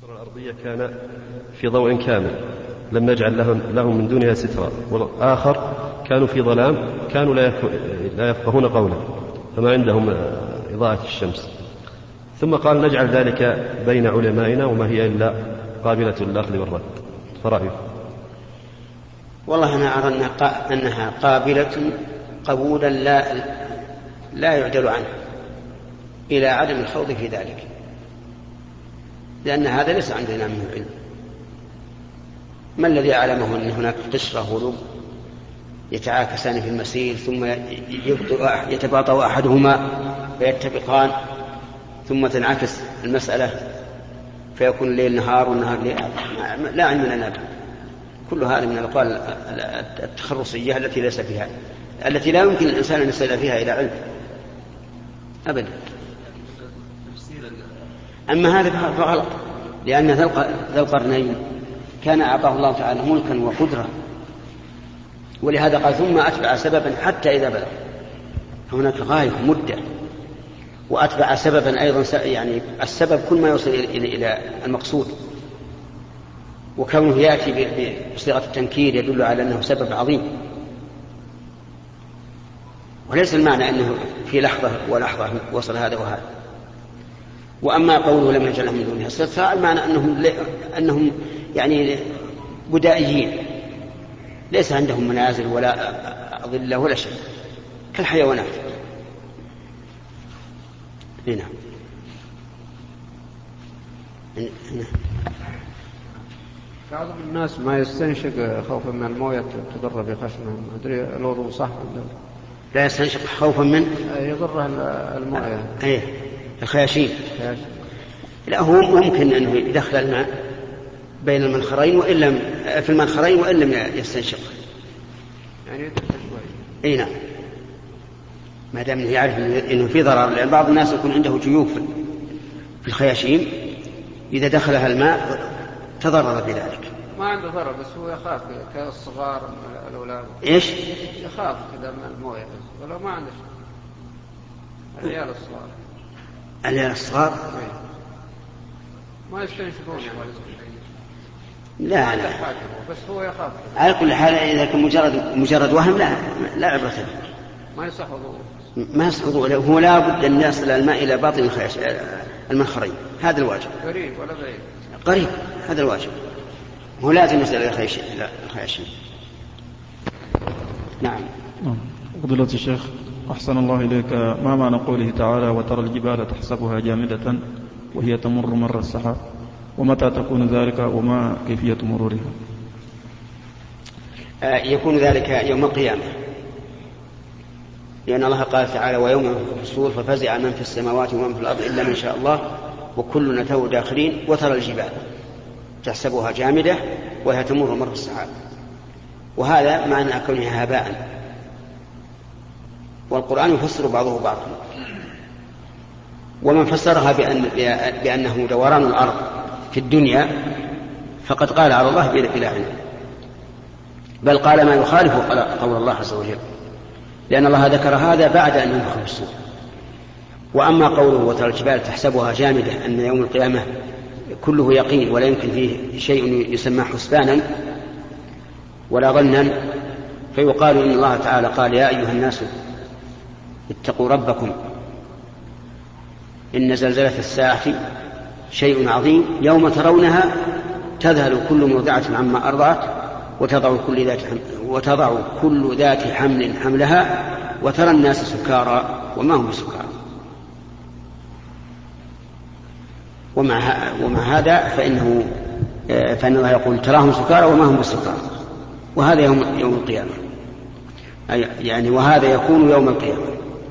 الأرضية كان في ضوء كامل لم نجعل لهم من دونها سترا، والآخر كانوا في ظلام كانوا لا يفقهون قولا فما عندهم إضاءة الشمس. ثم قال نجعل ذلك بين علمائنا وما هي إلا قابلة للأخذ والرد، فرأيه. والله أنا أرى أنها قابلة قبولا لا يعدل عنه إلى عدم الخوض في ذلك، لأن هذا ليس عندنا منه علم. ما الذي أعلمه أن هناك قشرة ولب يتعاكسان في المسير ثم يتباطأ أحدهما فيتفقان ثم تنعكس المسألة فيكون الليل نهار والنهار ليل؟ لا علم لنا به. كل هذا من الأقوال التخرصية التي لا يمكن الإنسان أن يصل فيها إلى علم أبدا. أما هذا فغلط، لأن ذا القرنين كان أعطاه الله تعالى ملكا وقدرة، ولهذا قال ثم أتبع سببا حتى إذا بلغ. هناك غاية مدة، وأتبع سببا أيضا، يعني السبب كل ما يوصل إلى المقصود، وكونه يأتي بصيغة التنكير يدل على أنه سبب عظيم، وليس المعنى أنه في لحظة ولحظة وصل هذا وهذا. وأما قوله لم يجعل من دونها سترا، المعنى أنهم يعني بدائيين ليس عندهم منازل ولا ظل ولا شيء كالحيوانات. هنا بعض الناس ما يستنشق خوفا من المويه تضر بخشمه، ما أدري الوضوء صح ولا لا يستنشق خوفا من يضر المويه؟ ايه الخياشيم. لا، هو ممكن أنه يدخل الماء بين المنخرين في المنخرين وإن لم يستنشق، يعني يدخل شوي. اي نعم، ما دام يعرف انه في ضرر، لان بعض الناس يكون عنده جيوب في الخياشيم اذا دخلها الماء تضرر بذلك. ما عنده ضرر بس هو يخاف كالصغار الاولاد. ايش؟ يخاف كذا من المويه بس، ولا ما عنده شيء. العيال الصغار. العيال الصغار ما يستنشقون يعني. لا بس هو يخاف. على كل حال اذا كان مجرد وهم لا عبرة به. ما يصح وضوءه. ما يصح وضوءه، هو لا بد أن يصل الماء إلى باطن المنخرين، هذا الواجب. قريب ولا بعيد؟ قريب، هذا الواجب. هو لازم يصل إلى الخياشيم. نعم. فضيلة الشيخ أحسن الله إليك، ما معنى قوله تعالى وترى الجبال تحسبها جامدة وهي تمر مر السحاب، ومتى تكون ذلك وما كيفية مرورها؟ يكون ذلك يوم القيامة، لأن الله قال تعالى ويوم ينفخ في الصور ففزع من في السماوات ومن في الأرض إلا من شاء الله وكلنا أتوه داخلين وترى الجبال تحسبها جامدة وهي تمر مر السحاب. وهذا معنى كونها هباء، والقرآن يفسر بعضه بعضا. ومن فسرها بأنه دوران الأرض في الدنيا فقد قال على الله بلا علم، بل قال ما يخالف قول الله عز وجل، لأن الله ذكر هذا بعد أن ينفخ في الصور. وأما قوله وترى الجبال تحسبها جامدة أن يوم القيامة كله يقين ولا يمكن فيه شيء يسمى حسبانا ولا ظنا، فيقال إن الله تعالى قال يا أيها الناس اتقوا ربكم إن زلزلة الساعة شيء عظيم يوم ترونها تذهل كل مرضعة عما أرضعت وتضع كل ذات حمل حملها وترى الناس سكارى وما هم بسكارى. ومع هذا فإن الله يقول تراهم سكارى وما هم بسكارى، وهذا يوم القيامة، يعني وهذا يكون يوم القيامة.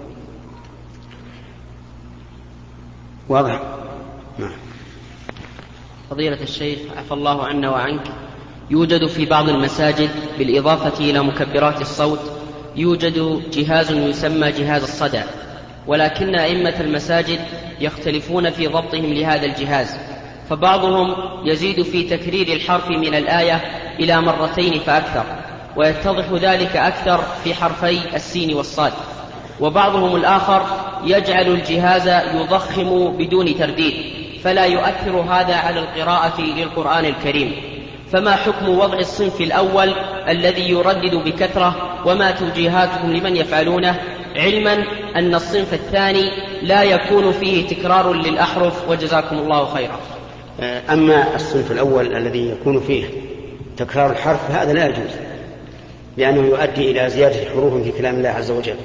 واضح؟ نعم. فضيلة الشيخ عفى الله عنا وعنك، يوجد في بعض المساجد بالإضافة إلى مكبرات الصوت يوجد جهاز يسمى جهاز الصدى، ولكن أئمة المساجد يختلفون في ضبطهم لهذا الجهاز، فبعضهم يزيد في تكرير الحرف من الآية إلى 2 فأكثر، ويتضح ذلك أكثر في حرفي السين والصاد، وبعضهم الآخر يجعل الجهاز يضخم بدون ترديد فلا يؤثر هذا على القراءة للقرآن الكريم. فما حكم وضع الصنف الأول الذي يردد بكثرة، وما توجيهاتكم لمن يفعلونه، علما أن الصنف الثاني لا يكون فيه تكرار للأحرف؟ وجزاكم الله خيرا. أما الصنف الأول الذي يكون فيه تكرار الحرف هذا لا يجوز، لأنه يؤدي إلى زيادة حروف في كلام الله عز وجل.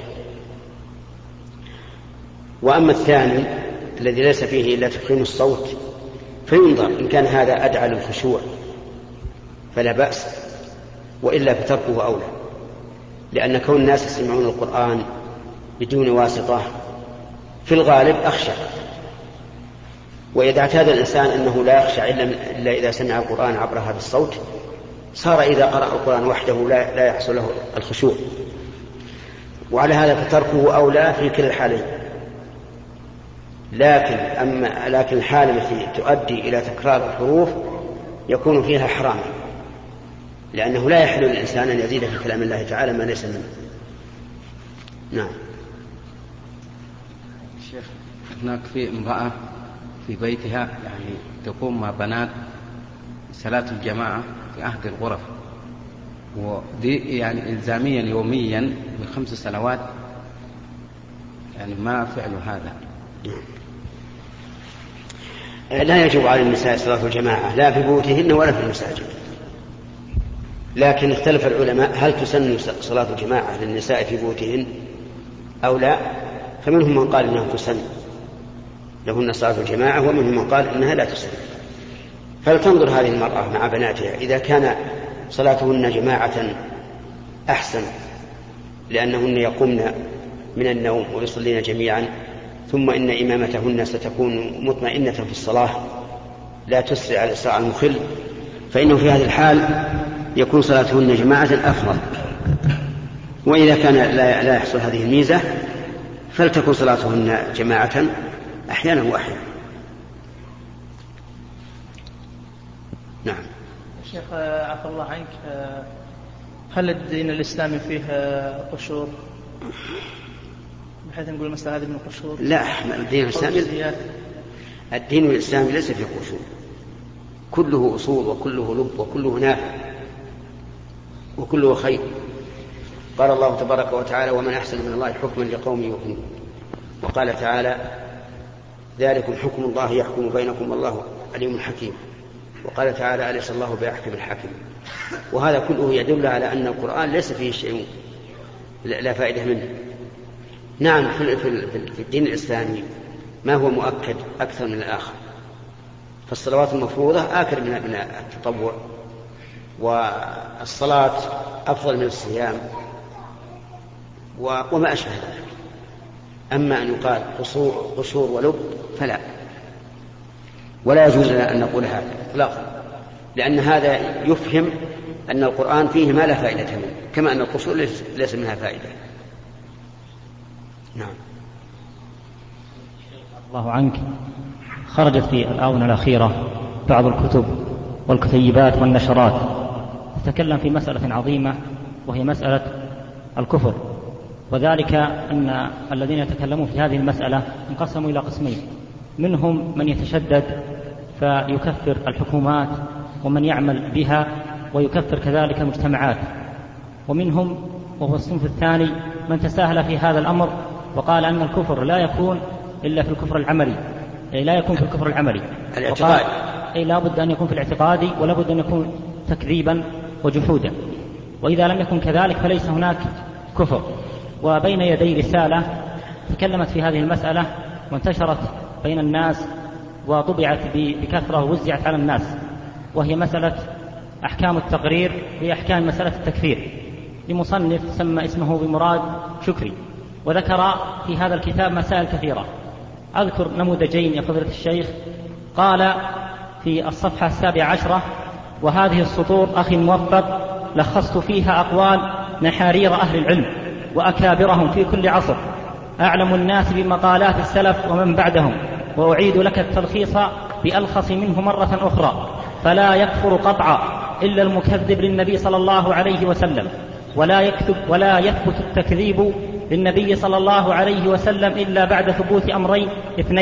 وأما الثاني الذي ليس فيه إلا تفخيم الصوت فينظر، إن كان هذا أدعى للخشوع فلا بأس، وإلا فتركه أولى، لأن كون الناس يسمعون القرآن بدون واسطة في الغالب أخشى، وإذا اعتاد الإنسان أنه لا يخشى إلا إذا سمع القرآن عبر هذا الصوت صار إذا قرأ القرآن وحده لا يحصل له الخشوع، وعلى هذا فتركه أولى في كلا الحالين. لكن الحالة التي تؤدي إلى تكرار الحروف يكون فيها حرام، لأنه لا يحل للإنسان أن يزيد في كلام الله تعالى ما ليس منه. نعم. شيخ، هناك في امرأة في بيتها يعني تقوم مع بنات صلاة الجماعة في عهد الغرف، ودي يعني إلزاميا يوميا ب5 سنوات، يعني ما فعل هذا؟ لا يجب على النساء صلاة الجماعة لا في بيوتهن ولا في المساجد، لكن اختلف العلماء هل تسن صلاة الجماعة للنساء في بيوتهن أو لا، فمنهم من قال إنها تسن لهن صلاة الجماعة، ومنهم من قال إنها لا تسن. فلتنظر هذه المرأة مع بناتها، إذا كان صلاتهن جماعة أحسن لأنهن يقومن من النوم ويصلين جميعا، ثم إن إمامتهن ستكون مطمئنة في الصلاة لا تسرع الإسراع المخل، فإنه في هذه الحال يكون صلاتهن جماعة أفضل. وإذا كان لا يحصل هذه الميزة فلتكن صلاتهن جماعة أحيانا وأحيانا. نعم. شيخ عفى الله عنك، هل الدين الإسلامي فيه قشور بحيث نقول مثل هذه من القشور؟ لا، الدين الإسلامي ليس فيه قشور، كله أصول وكله لب وكله نافع وكله خير. قال الله تبارك وتعالى: ومن أحسن من الله حكما لقوم يوقنون. وقال تعالى: ذلكم حكم الله يحكم بينكم والله عليم حكيم. وقال تعالى: أليس الله بأحكم الحاكم. وهذا كله يدل على أن القرآن ليس فيه شيء لا فائدة منه. نعم، في الدين الإسلامي ما هو مؤكد أكثر من الآخر، فالصلوات المفروضة آكل من التطوع، والصلاة أفضل من الصيام، وما أشبه ذلك. أما أن يقال قصور ولب فلا، ولا يجوز لنا أن نقول هذا إطلاقا، لأن هذا يفهم أن القرآن فيه ما لا فائدة منه، كما أن القصور ليس منها فائدة. نعم. الله عنك، خرجت في الآونة الأخيرة بعض الكتب والكتيبات والنشرات تتكلم في مسألة عظيمة، وهي مسألة الكفر، وذلك أن الذين يتكلمون في هذه المسألة انقسموا إلى قسمين: منهم من يتشدد فيكفر الحكومات ومن يعمل بها ويكفر كذلك المجتمعات، ومنهم وهو الصنف الثاني من تساهل في هذا الأمر وقال أن الكفر لا يكون إلا في الكفر العملي، لا يكون في الكفر العملي الاعتقاد، لا بد أن يكون في الاعتقاد، ولا بد أن يكون تكذيبا وجحودا، وإذا لم يكن كذلك فليس هناك كفر. وبين يدي رسالة تكلمت في هذه المسألة وانتشرت بين الناس وطبعت بكثرة ووزعت على الناس، وهي مسألة أحكام التقرير بأحكام مسألة التكفير، لمصنف سمى اسمه بمراد شكري، وذكر في هذا الكتاب مسائل كثيرة. أذكر نموذجين يا فضيلة الشيخ. قال في الصفحة 17: وهذه السطور أخي الموفق لخصت فيها أقوال نحارير أهل العلم وأكابرهم في كل عصر، أعلم الناس بمقالات السلف ومن بعدهم، وأعيد لك التلخيص بألخص منه مرة أخرى: فلا يكفر قطعا إلا المكذب للنبي صلى الله عليه وسلم، ولا يثبت التكذيب للنبي صلى الله عليه وسلم إلا بعد ثبوت أمرين اثنين: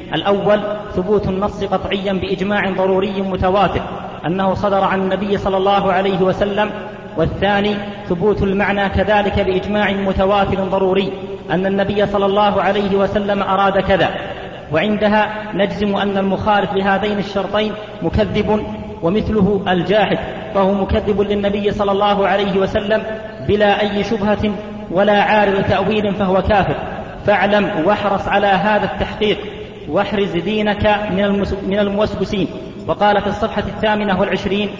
الأول ثبوت النص قطعيا بإجماع ضروري متواتر أنه صدر عن النبي صلى الله عليه وسلم، والثاني ثبوت المعنى كذلك بإجماع متواتر ضروري أن النبي صلى الله عليه وسلم أراد كذا، وعندها نجزم أن المخالف لهذين الشرطين مكذب، ومثله الجاحد فهو مكذب للنبي صلى الله عليه وسلم بلا أي شبهة ولا عارض تأويل فهو كافر. فاعلم واحرص على هذا التحقيق واحرز دينك من الموسوسين. وقال في الصفحة 28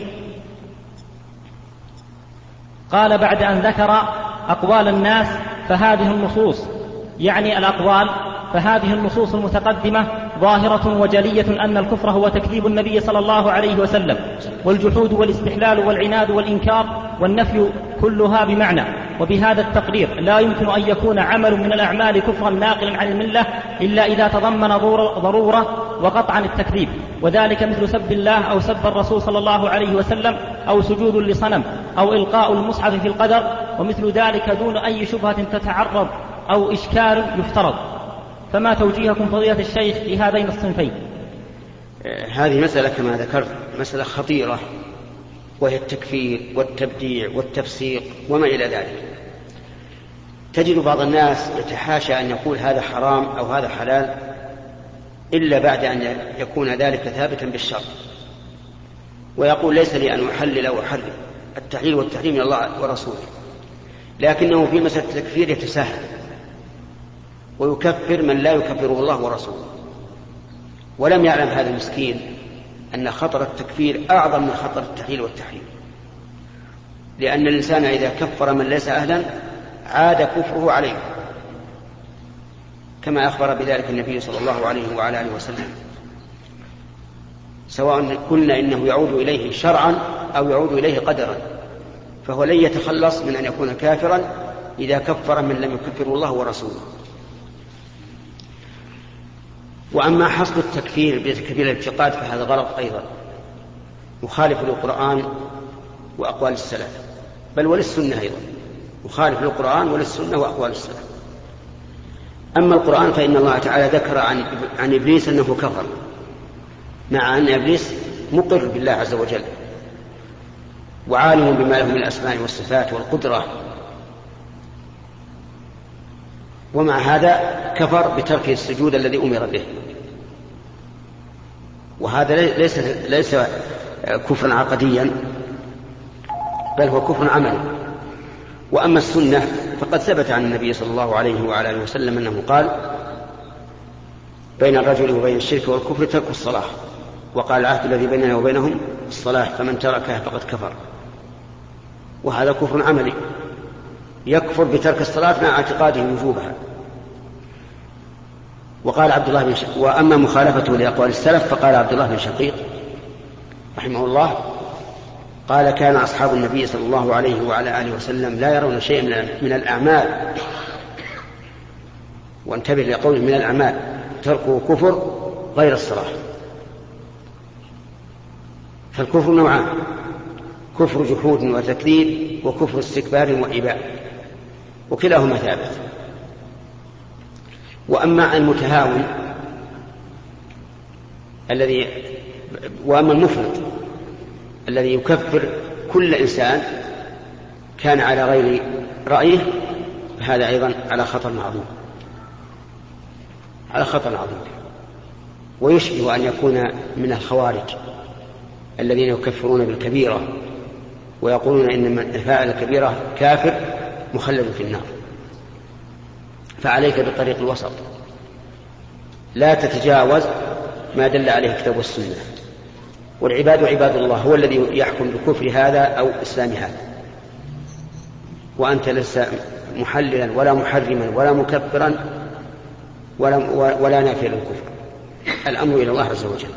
قال بعد أن ذكر أقوال الناس فهذه النصوص، يعني الأقوال، فهذه النصوص المتقدمة ظاهرة وجلية أن الكفر هو تكذيب النبي صلى الله عليه وسلم، والجحود والاستحلال والعناد والإنكار والنفي كلها بمعنى. وبهذا التقرير لا يمكن أن يكون عمل من الأعمال كفرا ناقلا عن الملة إلا إذا تضمن ضرورة وقطعا التكذيب، وذلك مثل سب الله أو سب الرسول صلى الله عليه وسلم أو سجود لصنم أو إلقاء المصحف في القدر، ومثل ذلك دون أي شبهة تتعرض أو إشكال يفترض. فما توجيهكم فضيلة الشيخ في هذين الصنفين؟ هذه مسألة كما ذكرت مسألة خطيرة، وهي التكفير والتبديع والتفسيق وما إلى ذلك. تجد بعض الناس يتحاشى أن يقول هذا حرام أو هذا حلال إلا بعد أن يكون ذلك ثابتا بالشرع، ويقول ليس لي أن أحلل أو أحرم، التحليل والتحريم من الله ورسوله، لكنه في مسألة التكفير يتساهل ويكفر من لا يكفره الله ورسوله، ولم يعلم هذا المسكين أن خطر التكفير أعظم من خطر التحليل والتحريم، لأن الإنسان إذا كفر من ليس أهلا عاد كفره عليه، كما أخبر بذلك النبي صلى الله عليه وعلى آله وسلم، سواء قلنا إنه يعود إليه شرعا أو يعود إليه قدرا، فهو لن يتخلص من أن يكون كافرا إذا كفر من لم يكفره الله ورسوله. وأما حصر التكفير بتكفير الاعتقاد فهذا غلط أيضا، مخالف للقرآن وأقوال السلف، بل وللسنة أيضا، مخالف للقرآن وللسنة وأقوال السلف. أما القرآن فإن الله تعالى ذكر عن إبليس أنه كفر، مع أن إبليس مقر بالله عز وجل وعالم بما له من الأسماء والصفات والقدرة، ومع هذا كفر بترك السجود الذي أمر به، وهذا ليس كفرا عقديا بل هو كفر عملي. وأما السنة فقد ثبت عن النبي صلى الله عليه وعلى آله وسلم أنه قال بين الرجل وبين الشرك والكفر ترك الصلاة، وقال العهد الذي بيننا وبينهم الصلاة فمن تركها فقد كفر، وهذا كفر عملي يكفر بترك الصلاة مع اعتقاده وجوبها. وقال عبد الله وأما مخالفته لأقوال السلف فقال عبد الله بن شقيق رحمه الله قال كان أصحاب النبي صلى الله عليه وعلى آله وسلم لا يرون شيئا من الأعمال، وانتبه لقوله من الأعمال، تركه كفر غير الصلاة. فالكفر نوعان، كفر جحود وتكذيب وكفر استكبار وإباء، وكلاهما ثابت. وأما المتهاون وأما المفرط الذي يكفر كل إنسان كان على غير رأيه، فهذا أيضا على خطر عظيم، ويشبه أن يكون من الخوارج الذين يكفرون بالكبيرة ويقولون إن من فعل الكبيرة كافر مخلد في النار. فعليك بطريق الوسط، لا تتجاوز ما دل عليه الكتاب والسنة، والعباد عباد الله، هو الذي يحكم بكفر هذا أو إسلام هذا، وأنت لست محللا ولا محرما ولا مكفرا ولا نافيا للكفر، الأمر إلى الله عز وجل.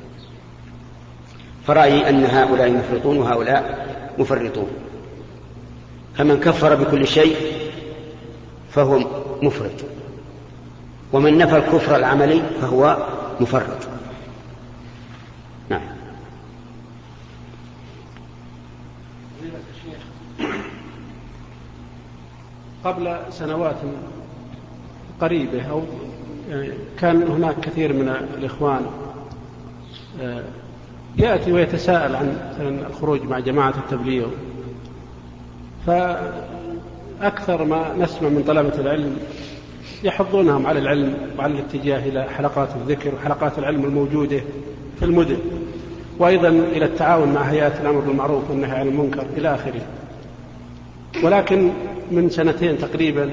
فرأيي أن هؤلاء مفرطون وهؤلاء مفرطون، فمن كفر بكل شيء فهو مفرط، ومن نفى الكفر العملي فهو مفرط. نعم. قبل سنوات قريبة أو كان هناك كثير من الإخوان يأتي ويتساءل عن الخروج مع جماعة التبليغ، فأكثر ما نسمع من طلبة العلم يحضونهم على العلم وعلى الاتجاه إلى حلقات الذكر وحلقات العلم الموجودة في المدن، وأيضا إلى التعاون مع هيئات الأمر بالمعروف والنهي عن المنكر إلى آخره. ولكن من سنتين تقريبا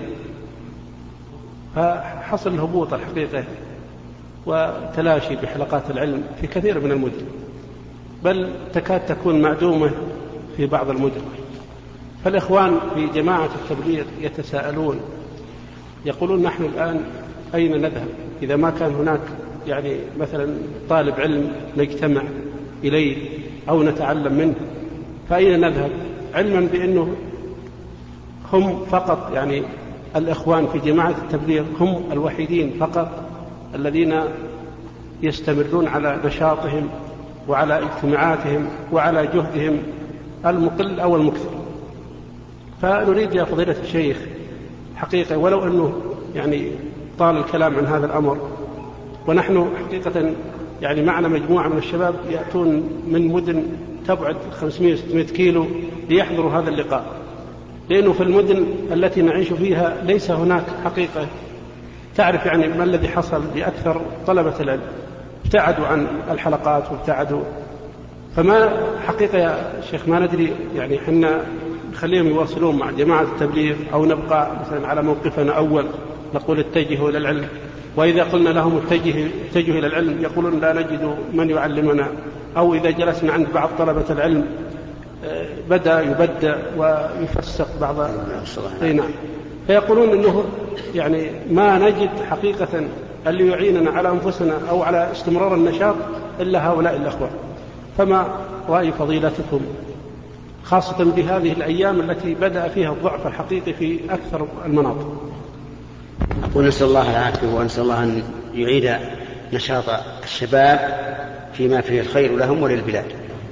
فحصل الهبوط الحقيقة وتلاشي بحلقات العلم في كثير من المدن، بل تكاد تكون معدومة في بعض المدن. فالإخوان في جماعة التبليغ يتساءلون، يقولون نحن الآن أين نذهب إذا ما كان هناك يعني مثلا طالب علم نجتمع إليه أو نتعلم منه، فأين نذهب؟ علما بأنه هم فقط يعني الإخوان في جماعة التبليغ هم الوحيدين فقط الذين يستمرون على نشاطهم وعلى اجتماعاتهم وعلى جهدهم المقل أو المكثر. فنريد يا فضيلة الشيخ حقيقة، ولو أنه يعني طال الكلام عن هذا الأمر، ونحن حقيقة يعني معنا مجموعة من الشباب يأتون من مدن تبعد 500-600 كيلو ليحضروا هذا اللقاء، لأنه في المدن التي نعيش فيها ليس هناك حقيقة. تعرف يعني ما الذي حصل بأكثر طلبة العلم، ابتعدوا عن الحلقات وابتعدوا. فما حقيقة يا شيخ ما ندري يعني حنا نخليهم يواصلون مع جماعة التبليغ أو نبقى مثلا على موقفنا أول نقول اتجهوا إلى العلم، وإذا قلنا لهم اتجهوا إلى العلم يقولون لا نجد من يعلمنا، أو إذا جلسنا عند بعض طلبة العلم بدأ يبدأ ويفسق بعض نعم. فيقولون أنه يعني ما نجد حقيقة اللي يعيننا على أنفسنا أو على استمرار النشاط إلا هؤلاء الأخوة. فما رأي فضيلتكم خاصة بهذه الأيام التي بدأ فيها الضعف الحقيقي في أكثر المناطق؟ أقول نسأل الله العافية، ونسأل الله أن يعيد نشاط الشباب فيما فيه الخير لهم وللبلاد.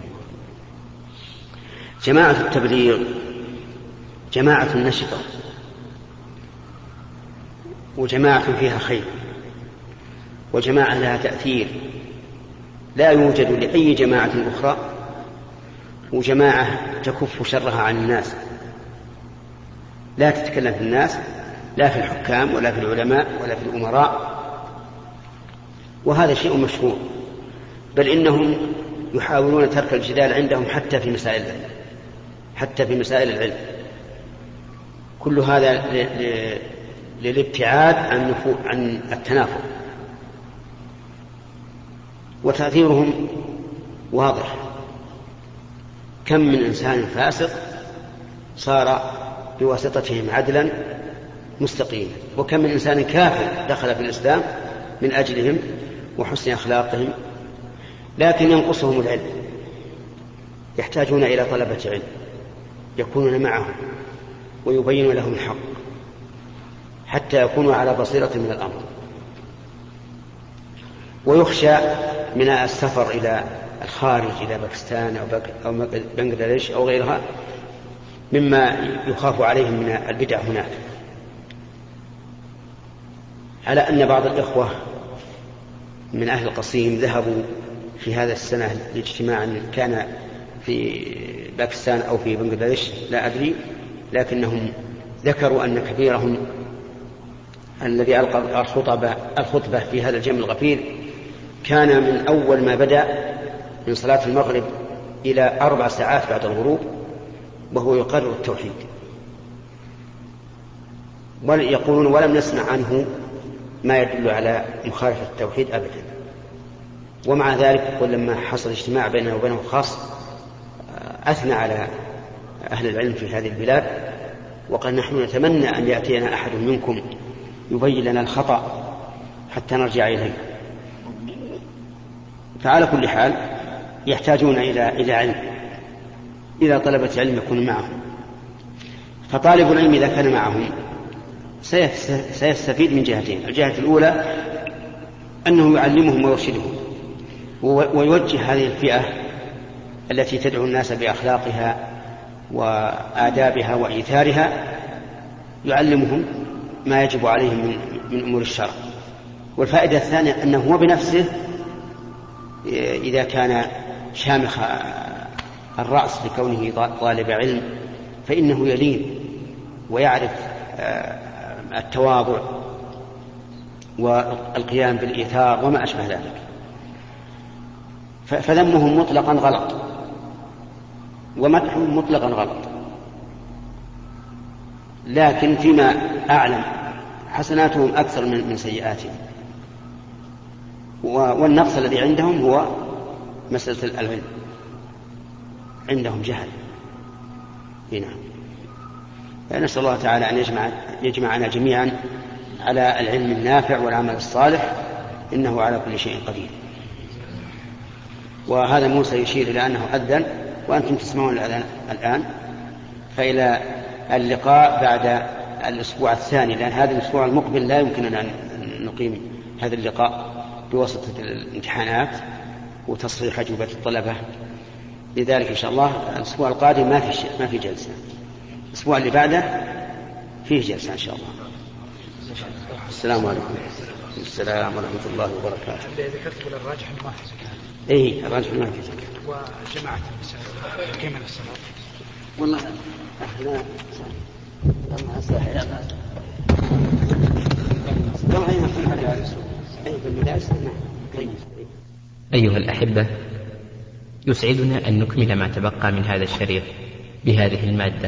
جماعة التبليغ جماعة نشطة وجماعة فيها خير وجماعة لها تأثير لا يوجد لأي جماعة أخرى، وجماعة تكف شرها عن الناس، لا تتكلم في الناس لا في الحكام ولا في العلماء ولا في الأمراء، وهذا شيء مشهور. بل إنهم يحاولون ترك الجدال عندهم حتى في مسائل العلم. كل هذا للابتعاد عن التنافر، وتأثيرهم واضح. كم من إنسان فاسق صار بواسطتهم عدلا مستقيما، وكم من إنسان كافر دخل في الإسلام من أجلهم وحسن أخلاقهم. لكن ينقصهم العلم، يحتاجون إلى طلبة علم يكونون معهم ويبينون لهم الحق حتى يكونوا على بصيرة من الأمر. ويخشى من السفر إلى الخارج إلى باكستان أو بنغلاديش أو غيرها مما يخاف عليهم من البدع هناك. على أن بعض الإخوة من أهل القصيم ذهبوا في هذا السنة لاجتماع كان في باكستان أو في بنغلاديش لا أدري، لكنهم ذكروا أن كبيرهم الذي ألقى الخطبة في هذا الجمع الغفير كان من أول ما بدأ من صلاة المغرب إلى 4 ساعات بعد الغروب وهو يقرر التوحيد، يقولون ولم نسمع عنه ما يدل على مخالفة التوحيد أبدا. ومع ذلك ولما حصل اجتماع بينه وبينه خاص أثنى على أهل العلم في هذه البلاد، وقال نحن نتمنى أن يأتينا أحد منكم يبين لنا الخطأ حتى نرجع إليه. فعلى كل حال يحتاجون إلى علم، إذا طلبة علم يكون معهم. فطالب العلم إذا كان معهم سيستفيد من جهتين: الجهة الأولى أنه يعلمهم ويرشدهم ويوجه هذه الفئة التي تدعو الناس بأخلاقها وآدابها وإيثارها، يعلمهم ما يجب عليهم من أمور الشرع. والفائدة الثانية أنه هو بنفسه إذا كان شامخ الرأس لكونه طالب علم فإنه يلين ويعرف التواضع والقيام بالإيثار وما أشبه ذلك. فذمهم مطلقا غلط ومدحهم مطلقا غلط، لكن فيما أعلم حسناتهم أكثر من سيئاتهم، والنقص الذي عندهم هو مسألة العلم، عندهم جهل. هنا نسأل الله تعالى أن يجمعنا جميعا على العلم النافع والعمل الصالح، إنه على كل شيء قدير. وهذا موسى يشير إلى أنه أذن وأنتم تسمعون الأذان الآن، فإلى اللقاء بعد الأسبوع الثاني، لأن هذا الأسبوع المقبل لا يمكننا أن نقيم هذا اللقاء بواسطة الامتحانات وتصحيح أجوبة الطلبة. لذلك إن شاء الله الأسبوع القادم ما في جلسة، الأسبوع اللي بعده فيه جلسة إن شاء الله. السلام عليكم. السلام ورحمة الله وبركاته. ذكرت الراجح ما في زكاة. إيه الراجح ما في زكاة. وجماعة النساء كيف الصلاة؟ والله احنا أيها الأحبة، يسعدنا أن نكمل ما تبقى من هذا الشريط بهذه المادة.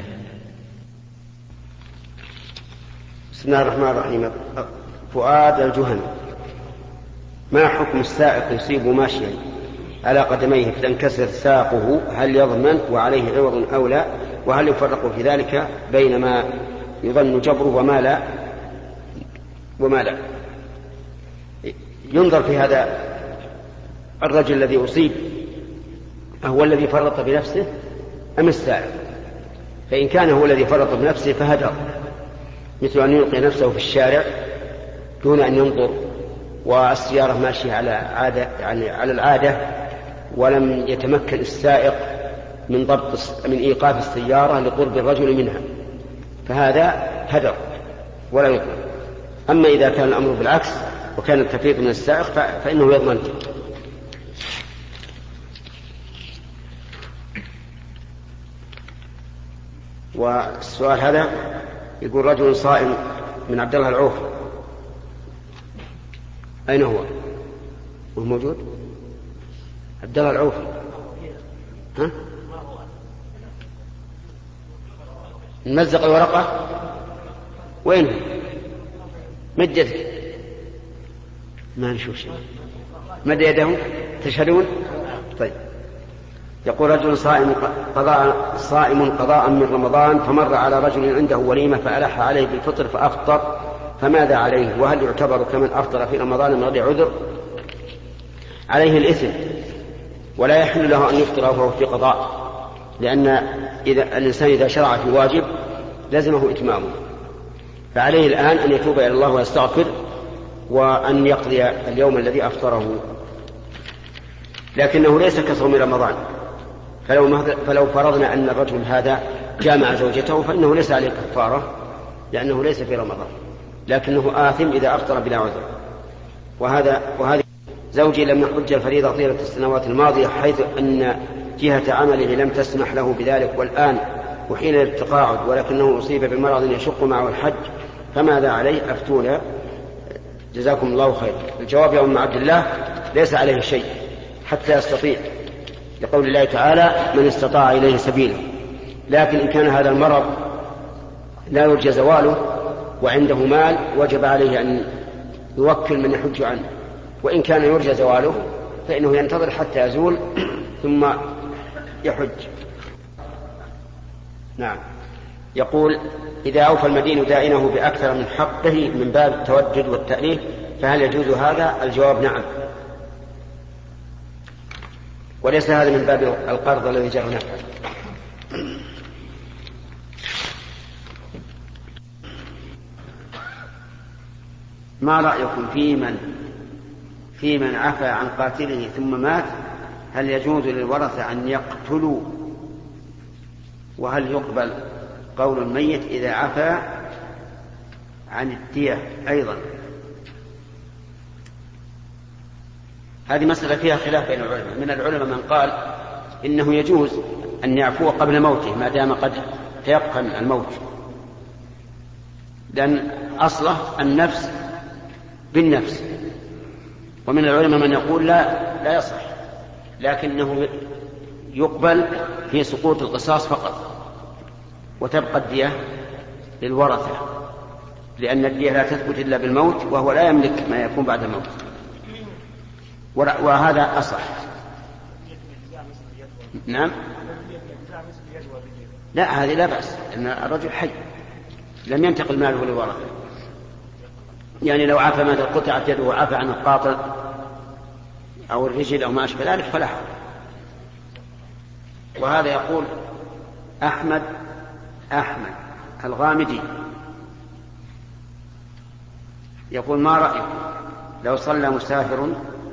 بسم الله الرحمن الرحيم. فؤاد الجهني: ما حكم السائق يصيب ماشيا على قدميه فتنكسر ساقه، هل يضمن وعليه عوض أو لا؟ وهل يفرق في ذلك بين ما يظن جبره وما لا؟ ينظر في هذا الرجل الذي أصيب هو الذي فرط بنفسه أم السائق؟ فإن كان هو الذي فرط بنفسه فهدر، مثل أن يلقي نفسه في الشارع دون أن ينظر، والسيارة ماشية على العادة ولم يتمكن السائق من إيقاف السيارة لقرب الرجل منها، فهذا هدر ولا يضمن. أما إذا كان الأمر بالعكس وكان التفريط من السائق فإنه يضمن. والسؤال هذا يقول: رجل صائم من عبد الله العوفي، أين هو موجود؟ عبد الله العوفي، ها؟ نمزق الورقة، وين هو؟ مد يدك، ما نشوف شيء. مد يده، تشهدون؟ طيب. يقول: رجل صائم قضاء من رمضان، فمر على رجل عنده وليمة فألح عليه بالفطر فأفطر، فماذا عليه؟ وهل يعتبر كمن أفطر في رمضان من غير عذر؟ عليه الإثم، ولا يحل له أن يفطر وهو في قضاء، لأن الإنسان إذا شرع في واجب لزمه إتمامه، فعليه الآن أن يتوب إلى الله ويستغفر وأن يقضي اليوم الذي أفطره، لكنه ليس كصوم رمضان. فلو فرضنا أن الرجل هذا جامع زوجته فإنه ليس عليه كفارة لأنه ليس في رمضان، لكنه آثم إذا أفطر بلا عذر. وهذه زوجي لم يحج الفريضة طيلة السنوات الماضية، حيث أن جهة عمله لم تسمح له بذلك، والآن وحين التقاعد، ولكنه أصيب بمرض يشق معه الحج، فماذا عليه؟ أفتونا جزاكم الله خير. الجواب يا أم عبد الله: ليس عليه شيء حتى يستطيع، لقول الله تعالى: من استطاع إليه سبيلا. لكن إن كان هذا المرض لا يرجى زواله وعنده مال وجب عليه أن يوكل من يحج عنه، وإن كان يرجى زواله فإنه ينتظر حتى يزول ثم يحج. نعم. يقول: إذا أوفى المدين دائنه بأكثر من حقه من باب التودد والتأليف فهل يجوز هذا؟ الجواب: نعم، وليس هذا من باب القرض الذي جرى نفعه. ما رأيكم في من عفى عن قاتله ثم مات؟ هل يجوز للورثة أن يقتلوا؟ وهل يقبل قول الميت إذا عفى عن الدية أيضا؟ هذه مسألة فيها خلاف بين العلماء. من العلماء من قال إنه يجوز أن يعفو قبل موته ما دام قد تيقن الموت، لأن أصله النفس بالنفس. ومن العلماء من يقول لا يصح، لكنه يقبل في سقوط القصاص فقط، وتبقى الدية للورثة، لأن الدية لا تثبت إلا بالموت، وهو لا يملك ما يكون بعد الموت، وهذا أصح. نعم. لا، هذه لا بأس، أن الرجل حي لم ينتقل ماله للورثة. يعني لو عفى ماذا قطعت يده وعفى عن القاطع أو الرجل أو ما أشبه ذلك فلا حرج. وهذا يقول أحمد الغامدي، يقول: ما رأيكم لو صلى مسافر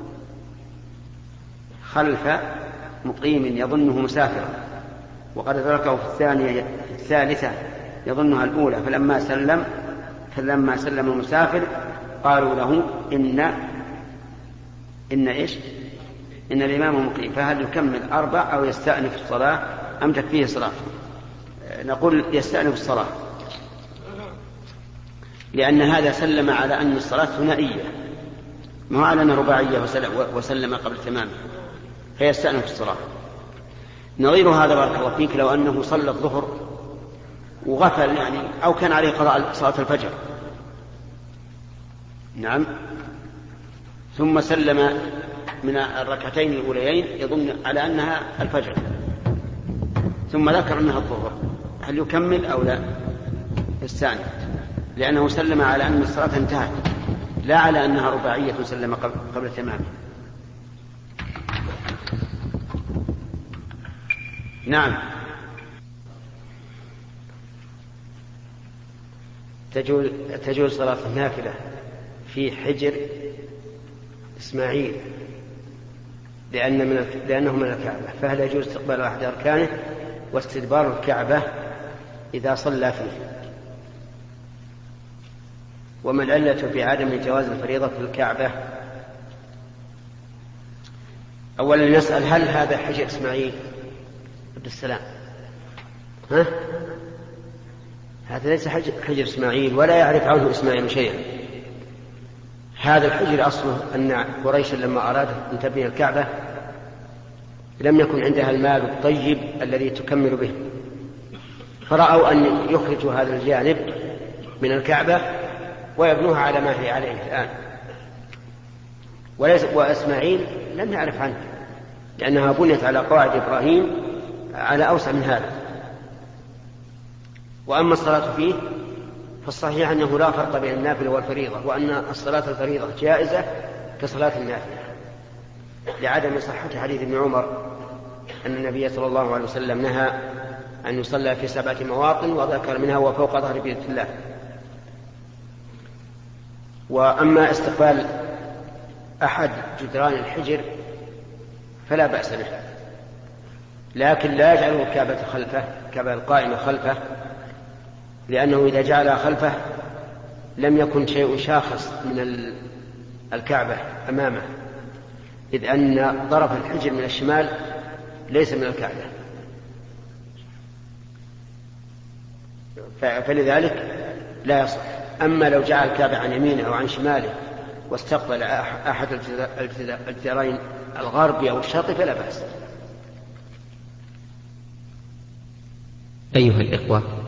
خلف مقيم يظنه مسافرا وقد تركه في الثالثة يظنها الأولى، فلما سلم المسافر قالوا له إن الإمام مقيم، فهل يكمل 4 أو يستأنف الصلاة أم تكفيه صلاة؟ نقول يستأنف الصلاة، لأن هذا سلم على أن الصلاة ثنائية، ما على أنها رباعية وسلم قبل تمامه، فيستأنف الصلاة. نظير هذا بارك الله فيك لو أنه صلى الظهر وغفل يعني، أو كان عليه قضاء صلاة الفجر، نعم، ثم سلم من الركعتين الأوليين يظن على أنها الفجر، ثم ذكر أنها الظهر، هل يكمل أو لا؟ يستأنف، لأنه سلم على أن الصلاة انتهت، لا على أنها رباعية سلم قبل تمامه. نعم. تجوز صلاة النافلة في حجر إسماعيل لأنه من الكعبة، فهل يجوز استقبال أحد أركانه واستدبار الكعبة إذا صلى فيه؟ وما العلة في عدم جواز الفريضة في الكعبة؟ أولا نسأل: هل هذا حجر إسماعيل عبد السلام؟ هذا ليس حجر إسماعيل، ولا يعرف عنه إسماعيل شيئا. هذا الحجر أصله أن قريش لما أرادت أن تبني الكعبة لم يكن عندها المال الطيب الذي تكمل به، فرأوا أن يخرجوا هذا الجانب من الكعبة ويبنوها على ما هي عليه الآن. وإسماعيل لم يعرف عنه، لأنها بنيت على قواعد إبراهيم على أوسع من هذا. وأما الصلاة فيه فالصحيح أنه لا فرق بين النافلة والفريضة، وأن الصلاة الفريضة جائزة كصلاة النافلة، لعدم صحة حديث ابن عمر أن النبي صلى الله عليه وسلم نهى أن يصلى في 7 مواطن وذكر منها وفوق ظهر بيت الله. وأما استقبال أحد جدران الحجر فلا بأس به، لكن لا يجعل الكعبة خلفه، الكعبة القائمة خلفه، لأنه إذا جعلها خلفه لم يكن شيء شاخص من الكعبة أمامه، إذ أن طرف الحجر من الشمال ليس من الكعبة، فلذلك لا يصح. أما لو جعل الكعبة عن يمينه أو عن شماله واستقبل أحد الجدارين الغربي أو الشرقي فلا بأس. أيها الإخوة،